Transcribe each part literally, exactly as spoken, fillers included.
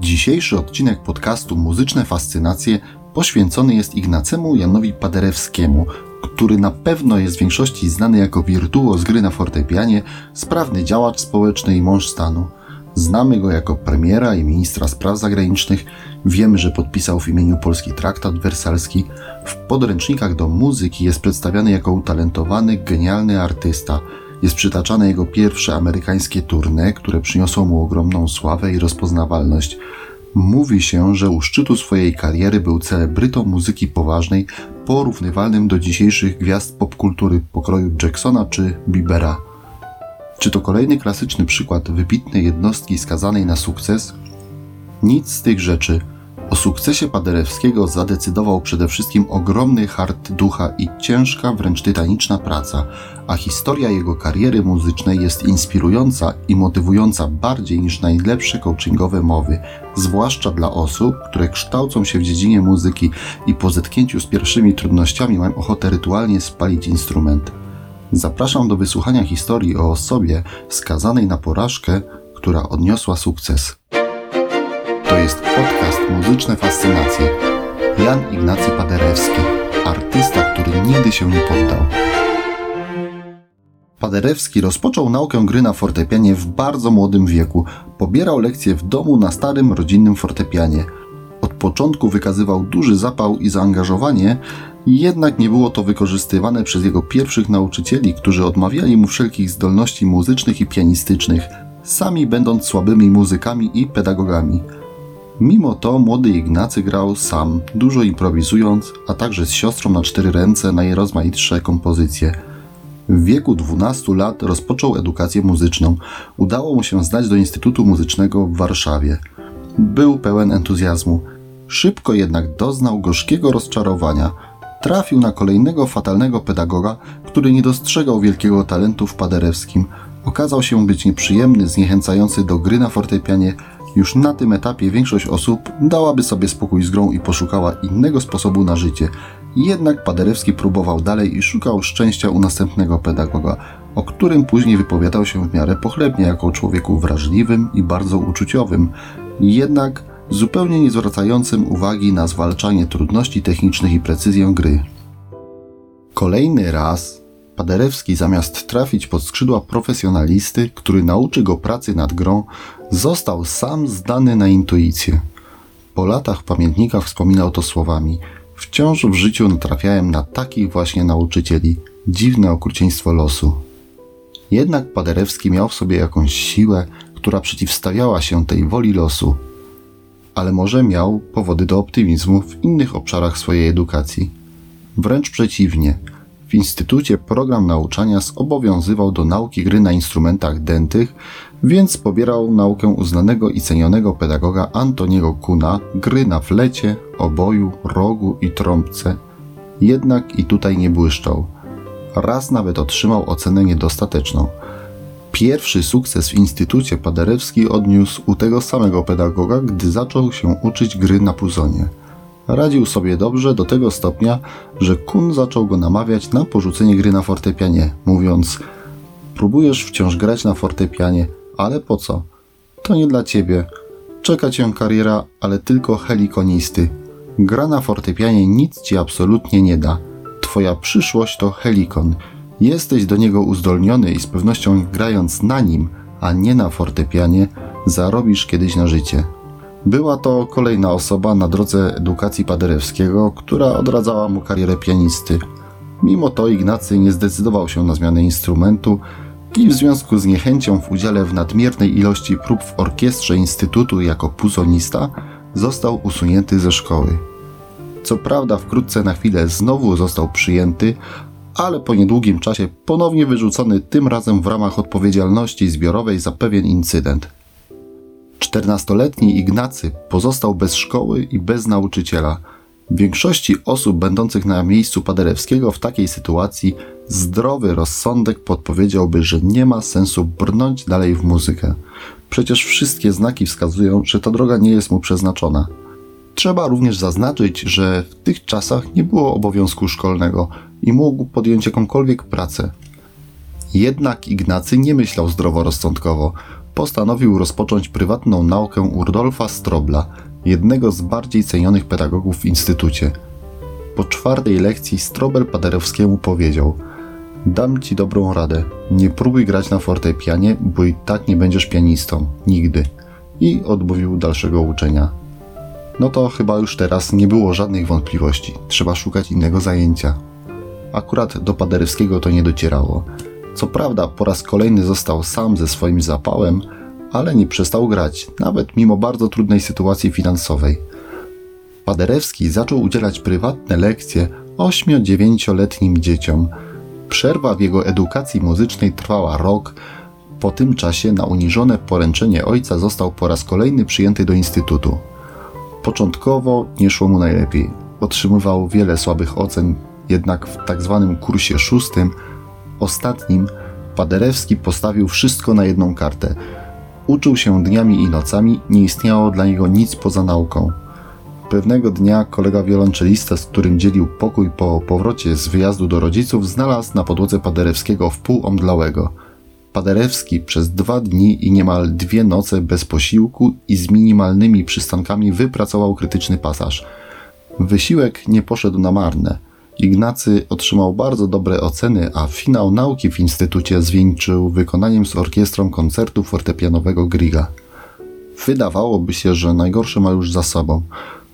Dzisiejszy odcinek podcastu Muzyczne Fascynacje poświęcony jest Ignacemu Janowi Paderewskiemu, który na pewno jest w większości znany jako wirtuoz gry na fortepianie, sprawny działacz społeczny i mąż stanu. Znamy go jako premiera i ministra spraw zagranicznych, wiemy, że podpisał w imieniu Polski traktat wersalski. W podręcznikach do muzyki jest przedstawiany jako utalentowany, genialny artysta. Jest przytaczane jego pierwsze amerykańskie tournée, które przyniosło mu ogromną sławę i rozpoznawalność. Mówi się, że u szczytu swojej kariery był celebrytą muzyki poważnej, porównywalnym do dzisiejszych gwiazd popkultury pokroju Jacksona czy Biebera. Czy to kolejny klasyczny przykład wybitnej jednostki skazanej na sukces? Nic z tych rzeczy. O sukcesie Paderewskiego zadecydował przede wszystkim ogromny hart ducha i ciężka, wręcz tytaniczna praca, a historia jego kariery muzycznej jest inspirująca i motywująca bardziej niż najlepsze coachingowe mowy, zwłaszcza dla osób, które kształcą się w dziedzinie muzyki i po zetknięciu z pierwszymi trudnościami mają ochotę rytualnie spalić instrument. Zapraszam do wysłuchania historii o osobie skazanej na porażkę, która odniosła sukces. To jest podcast Muzyczne Fascynacje. Jan Ignacy Paderewski, artysta, który nigdy się nie poddał. Paderewski rozpoczął naukę gry na fortepianie w bardzo młodym wieku. Pobierał lekcje w domu na starym, rodzinnym fortepianie. Od początku wykazywał duży zapał i zaangażowanie, jednak nie było to wykorzystywane przez jego pierwszych nauczycieli, którzy odmawiali mu wszelkich zdolności muzycznych i pianistycznych, sami będąc słabymi muzykami i pedagogami. Mimo to młody Ignacy grał sam, dużo improwizując, a także z siostrą na cztery ręce najrozmaitsze kompozycje. W wieku dwunastu lat rozpoczął edukację muzyczną. Udało mu się zdać do Instytutu Muzycznego w Warszawie. Był pełen entuzjazmu. Szybko jednak doznał gorzkiego rozczarowania. Trafił na kolejnego fatalnego pedagoga, który nie dostrzegał wielkiego talentu w Paderewskim. Okazał się być nieprzyjemny, zniechęcający do gry na fortepianie. Już na tym etapie większość osób dałaby sobie spokój z grą i poszukała innego sposobu na życie. Jednak Paderewski próbował dalej i szukał szczęścia u następnego pedagoga, o którym później wypowiadał się w miarę pochlebnie jako o człowieku wrażliwym i bardzo uczuciowym, jednak zupełnie nie zwracającym uwagi na zwalczanie trudności technicznych i precyzję gry. Kolejny raz Paderewski zamiast trafić pod skrzydła profesjonalisty, który nauczy go pracy nad grą, został sam zdany na intuicję. Po latach w pamiętnikach wspominał to słowami: wciąż w życiu natrafiałem na takich właśnie nauczycieli. Dziwne okrucieństwo losu. Jednak Paderewski miał w sobie jakąś siłę, która przeciwstawiała się tej woli losu. Ale może miał powody do optymizmu w innych obszarach swojej edukacji. Wręcz przeciwnie. W instytucie program nauczania zobowiązywał do nauki gry na instrumentach dętych, więc pobierał naukę uznanego i cenionego pedagoga Antoniego Kuna, gry na flecie, oboju, rogu i trąbce. Jednak i tutaj nie błyszczał. Raz nawet otrzymał ocenę niedostateczną. Pierwszy sukces w Instytucie Paderewski odniósł u tego samego pedagoga, gdy zaczął się uczyć gry na puzonie. Radził sobie dobrze do tego stopnia, że Kun zaczął go namawiać na porzucenie gry na fortepianie, mówiąc: próbujesz wciąż grać na fortepianie, ale po co? To nie dla ciebie. Czeka cię kariera, ale tylko helikonisty. Gra na fortepianie nic ci absolutnie nie da. Twoja przyszłość to helikon. Jesteś do niego uzdolniony i z pewnością grając na nim, a nie na fortepianie, zarobisz kiedyś na życie. Była to kolejna osoba na drodze edukacji Paderewskiego, która odradzała mu karierę pianisty. Mimo to Ignacy nie zdecydował się na zmianę instrumentu i w związku z niechęcią w udziale w nadmiernej ilości prób w orkiestrze Instytutu jako puzonista został usunięty ze szkoły. Co prawda wkrótce na chwilę znowu został przyjęty, ale po niedługim czasie ponownie wyrzucony, tym razem w ramach odpowiedzialności zbiorowej za pewien incydent. czternastoletni Ignacy pozostał bez szkoły i bez nauczyciela. Większości osób będących na miejscu Paderewskiego w takiej sytuacji zdrowy rozsądek podpowiedziałby, że nie ma sensu brnąć dalej w muzykę. Przecież wszystkie znaki wskazują, że ta droga nie jest mu przeznaczona. Trzeba również zaznaczyć, że w tych czasach nie było obowiązku szkolnego i mógł podjąć jakąkolwiek pracę. Jednak Ignacy nie myślał zdroworozsądkowo. postanowił rozpocząć prywatną naukę u Rudolfa Strobla, jednego z bardziej cenionych pedagogów w instytucie. Po czwartej lekcji Strobel Paderewskiemu powiedział: dam ci dobrą radę, nie próbuj grać na fortepianie, bo i tak nie będziesz pianistą, nigdy. I odmówił dalszego uczenia. No to chyba już teraz nie było żadnych wątpliwości, trzeba szukać innego zajęcia. Akurat do Paderewskiego to nie docierało. Co prawda po raz kolejny został sam ze swoim zapałem, ale nie przestał grać, nawet mimo bardzo trudnej sytuacji finansowej. Paderewski zaczął udzielać prywatne lekcje ośmio-dziewięcioletnim dzieciom. Przerwa w jego edukacji muzycznej trwała rok. Po tym czasie na uniżone poręczenie ojca został po raz kolejny przyjęty do instytutu. Początkowo nie szło mu najlepiej. Otrzymywał wiele słabych ocen, jednak w tak zwanym kursie szóstym, ostatnim, Paderewski postawił wszystko na jedną kartę. Uczył się dniami i nocami, nie istniało dla niego nic poza nauką. Pewnego dnia kolega wiolonczelista, z którym dzielił pokój po powrocie z wyjazdu do rodziców, znalazł na podłodze Paderewskiego wpół omdlałego. Paderewski przez dwa dni i niemal dwie noce bez posiłku i z minimalnymi przystankami wypracował krytyczny pasaż. Wysiłek nie poszedł na marne. Ignacy otrzymał bardzo dobre oceny, a finał nauki w instytucie zwieńczył wykonaniem z orkiestrą koncertu fortepianowego Griega. Wydawałoby się, że najgorsze ma już za sobą,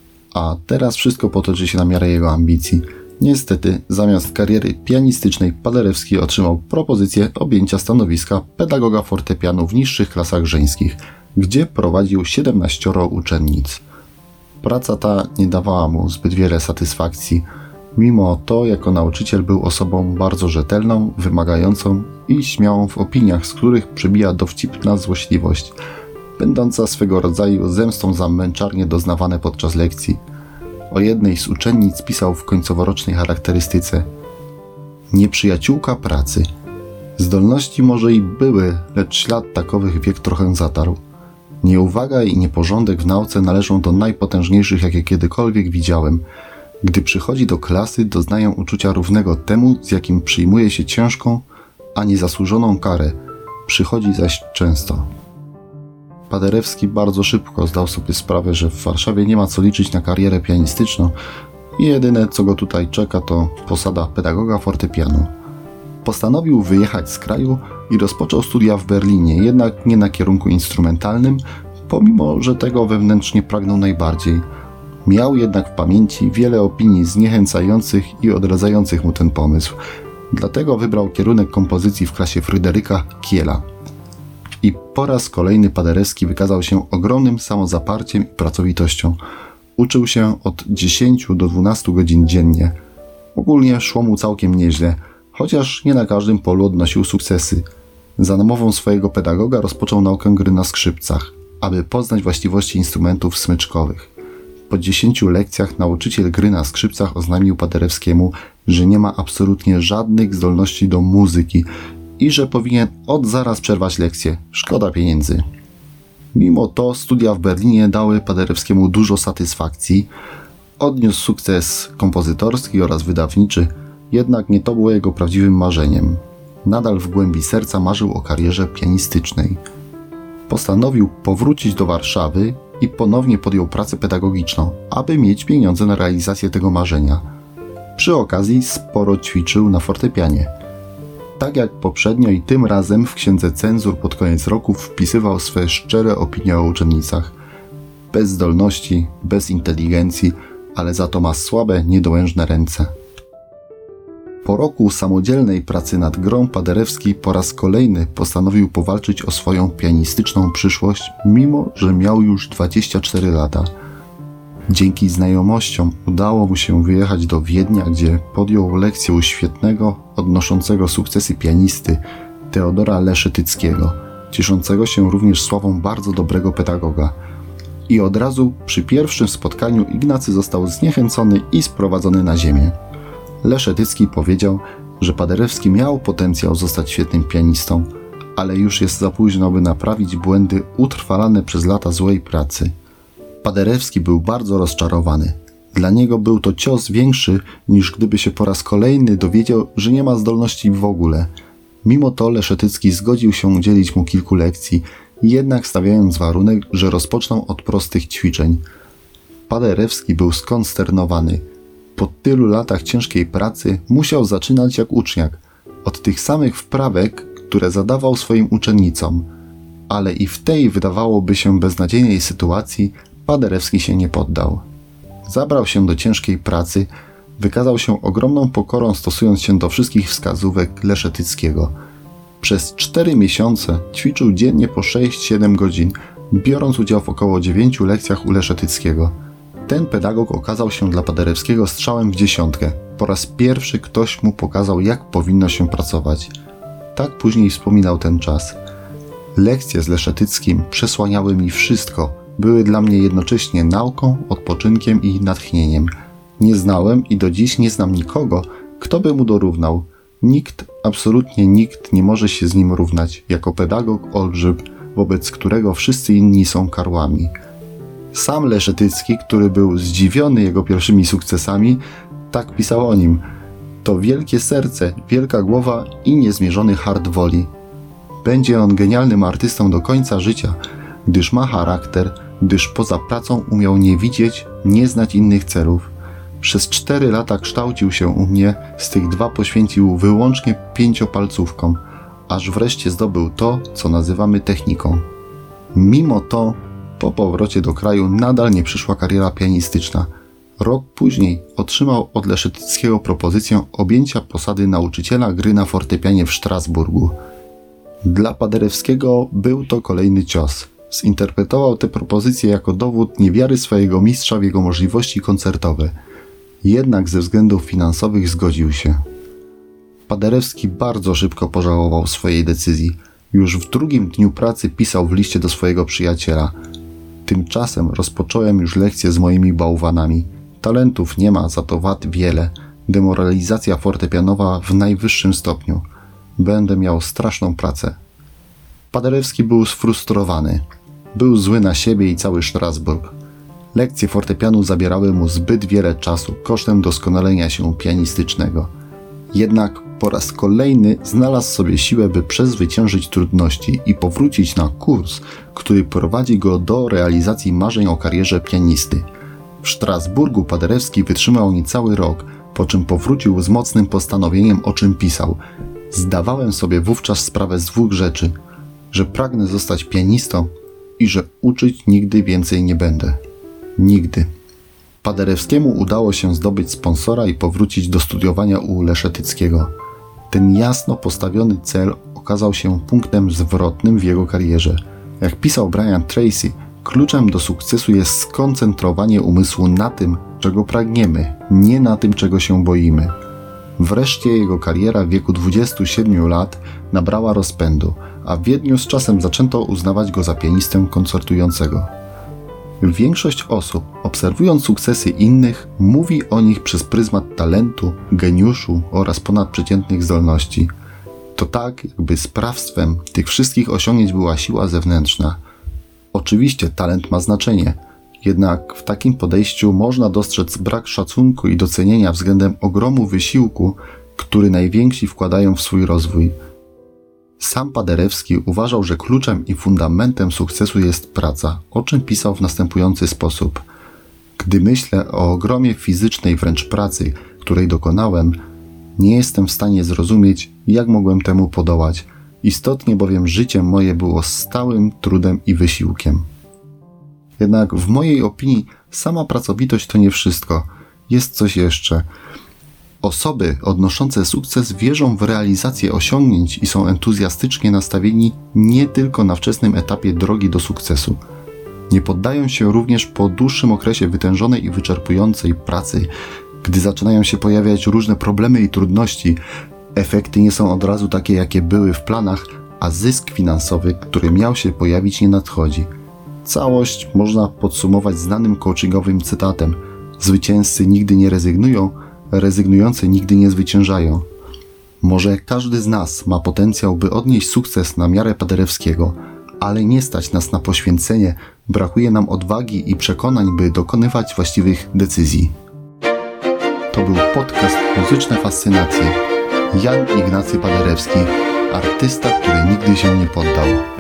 a teraz wszystko potoczy się na miarę jego ambicji. Niestety, zamiast kariery pianistycznej Paderewski otrzymał propozycję objęcia stanowiska pedagoga fortepianu w niższych klasach żeńskich, gdzie prowadził siedemnaścioro uczennic. Praca ta nie dawała mu zbyt wiele satysfakcji. Mimo to, jako nauczyciel był osobą bardzo rzetelną, wymagającą i śmiałą w opiniach, z których przebija dowcipna złośliwość, będąca swego rodzaju zemstą za męczarnie doznawane podczas lekcji. O jednej z uczennic pisał w końcoworocznej charakterystyce: nieprzyjaciółka pracy. Zdolności może i były, lecz ślad takowych wiek trochę zatarł. Nieuwaga i nieporządek w nauce należą do najpotężniejszych, jakie kiedykolwiek widziałem. Gdy przychodzi do klasy, doznaję uczucia równego temu, z jakim przyjmuje się ciężką, a niezasłużoną karę. Przychodzi zaś często. Paderewski bardzo szybko zdał sobie sprawę, że w Warszawie nie ma co liczyć na karierę pianistyczną i jedyne, co go tutaj czeka, to posada pedagoga fortepianu. Postanowił wyjechać z kraju i rozpoczął studia w Berlinie, jednak nie na kierunku instrumentalnym, pomimo że tego wewnętrznie pragnął najbardziej. Miał jednak w pamięci wiele opinii zniechęcających i odradzających mu ten pomysł. Dlatego wybrał kierunek kompozycji w klasie Fryderyka Kiela. I po raz kolejny Paderewski wykazał się ogromnym samozaparciem i pracowitością. Uczył się od dziesięciu do dwunastu godzin dziennie. Ogólnie szło mu całkiem nieźle, chociaż nie na każdym polu odnosił sukcesy. Za namową swojego pedagoga rozpoczął naukę gry na skrzypcach, aby poznać właściwości instrumentów smyczkowych. Po dziesięciu lekcjach nauczyciel gry na skrzypcach oznajmił Paderewskiemu, że nie ma absolutnie żadnych zdolności do muzyki i że powinien od zaraz przerwać lekcję. Szkoda pieniędzy. Mimo to studia w Berlinie dały Paderewskiemu dużo satysfakcji. Odniósł sukces kompozytorski oraz wydawniczy, jednak nie to było jego prawdziwym marzeniem. Nadal w głębi serca marzył o karierze pianistycznej. Postanowił powrócić do Warszawy i ponownie podjął pracę pedagogiczną, aby mieć pieniądze na realizację tego marzenia. Przy okazji sporo ćwiczył na fortepianie. Tak jak poprzednio i tym razem w księdze cenzur pod koniec roku wpisywał swe szczere opinie o uczennicach. Bez zdolności, bez inteligencji, ale za to ma słabe, niedołężne ręce. Po roku samodzielnej pracy nad grą Paderewski po raz kolejny postanowił powalczyć o swoją pianistyczną przyszłość, mimo że miał już dwadzieścia cztery lata. Dzięki znajomościom udało mu się wyjechać do Wiednia, gdzie podjął lekcję u świetnego, odnoszącego sukcesy pianisty Teodora Leszetyckiego, cieszącego się również sławą bardzo dobrego pedagoga. I od razu przy pierwszym spotkaniu Ignacy został zniechęcony i sprowadzony na ziemię. Leszetycki powiedział, że Paderewski miał potencjał zostać świetnym pianistą, ale już jest za późno, by naprawić błędy utrwalane przez lata złej pracy. Paderewski był bardzo rozczarowany. Dla niego był to cios większy, niż gdyby się po raz kolejny dowiedział, że nie ma zdolności w ogóle. Mimo to Leszetycki zgodził się udzielić mu kilku lekcji jednak stawiając warunek, że rozpoczną od prostych ćwiczeń. Paderewski był skonsternowany. Po tylu latach ciężkiej pracy musiał zaczynać jak uczniak, od tych samych wprawek, które zadawał swoim uczennicom. Ale i w tej, wydawałoby się, beznadziejnej sytuacji Paderewski się nie poddał. Zabrał się do ciężkiej pracy, wykazał się ogromną pokorą, stosując się do wszystkich wskazówek Leszetyckiego. Przez cztery miesiące ćwiczył dziennie po sześć siedem godzin, biorąc udział w około dziewięciu lekcjach u Leszetyckiego. Ten pedagog okazał się dla Paderewskiego strzałem w dziesiątkę. Po raz pierwszy ktoś mu pokazał, jak powinno się pracować. Tak później wspominał ten czas. Lekcje z Leszetyckim przesłaniały mi wszystko. Były dla mnie jednocześnie nauką, odpoczynkiem i natchnieniem. Nie znałem i do dziś nie znam nikogo, kto by mu dorównał. Nikt, absolutnie nikt nie może się z nim równać, jako pedagog olbrzym, wobec którego wszyscy inni są karłami. Sam Leszetycki, który był zdziwiony jego pierwszymi sukcesami, tak pisał o nim. To wielkie serce, wielka głowa i niezmierzony hart woli. Będzie on genialnym artystą do końca życia, gdyż ma charakter, gdyż poza pracą umiał nie widzieć, nie znać innych celów. Przez cztery lata kształcił się u mnie, z tych dwa poświęcił wyłącznie pięciopalcówkom, aż wreszcie zdobył to, co nazywamy techniką. Mimo to, po powrocie do kraju nadal nie przyszła kariera pianistyczna. Rok później otrzymał od Leszetyckiego propozycję objęcia posady nauczyciela gry na fortepianie w Strasburgu. Dla Paderewskiego był to kolejny cios. Zinterpretował tę propozycję jako dowód niewiary swojego mistrza w jego możliwości koncertowe. Jednak ze względów finansowych zgodził się. Paderewski bardzo szybko pożałował swojej decyzji. Już w drugim dniu pracy pisał w liście do swojego przyjaciela: tymczasem rozpocząłem już lekcje z moimi bałwanami. Talentów nie ma, za to wad wiele. Demoralizacja fortepianowa w najwyższym stopniu. Będę miał straszną pracę. Paderewski był sfrustrowany. Był zły na siebie i cały Strasburg. Lekcje fortepianu zabierały mu zbyt wiele czasu kosztem doskonalenia się pianistycznego. Jednak po raz kolejny znalazł sobie siłę, by przezwyciężyć trudności i powrócić na kurs, który prowadzi go do realizacji marzeń o karierze pianisty. W Strasburgu Paderewski wytrzymał niecały rok, po czym powrócił z mocnym postanowieniem, o czym pisał: zdawałem sobie wówczas sprawę z dwóch rzeczy, że pragnę zostać pianistą i że uczyć nigdy więcej nie będę. Nigdy. Paderewskiemu udało się zdobyć sponsora i powrócić do studiowania u Leszetyckiego. Ten jasno postawiony cel okazał się punktem zwrotnym w jego karierze. Jak pisał Brian Tracy, kluczem do sukcesu jest skoncentrowanie umysłu na tym, czego pragniemy, nie na tym, czego się boimy. Wreszcie jego kariera w wieku dwudziestu siedmiu lat nabrała rozpędu, a w Wiedniu z czasem zaczęto uznawać go za pianistę koncertującego. Większość osób, obserwując sukcesy innych, mówi o nich przez pryzmat talentu, geniuszu oraz ponadprzeciętnych zdolności. To tak, jakby sprawstwem tych wszystkich osiągnięć była siła zewnętrzna. Oczywiście talent ma znaczenie, jednak w takim podejściu można dostrzec brak szacunku i docenienia względem ogromu wysiłku, który najwięksi wkładają w swój rozwój. Sam Paderewski uważał, że kluczem i fundamentem sukcesu jest praca, o czym pisał w następujący sposób: gdy myślę o ogromie fizycznej wręcz pracy, której dokonałem, nie jestem w stanie zrozumieć, jak mogłem temu podołać. Istotnie bowiem życie moje było stałym trudem i wysiłkiem. Jednak w mojej opinii sama pracowitość to nie wszystko. Jest coś jeszcze. Osoby odnoszące sukces wierzą w realizację osiągnięć i są entuzjastycznie nastawieni nie tylko na wczesnym etapie drogi do sukcesu. Nie poddają się również po dłuższym okresie wytężonej i wyczerpującej pracy, gdy zaczynają się pojawiać różne problemy i trudności. Efekty nie są od razu takie, jakie były w planach, a zysk finansowy, który miał się pojawić, nie nadchodzi. Całość można podsumować znanym coachingowym cytatem: zwycięzcy nigdy nie rezygnują, rezygnujący nigdy nie zwyciężają. Może każdy z nas ma potencjał, by odnieść sukces na miarę Paderewskiego, ale nie stać nas na poświęcenie, brakuje nam odwagi i przekonań, by dokonywać właściwych decyzji. To był podcast Muzyczne Fascynacje. Jan Ignacy Paderewski, artysta, który nigdy się nie poddał.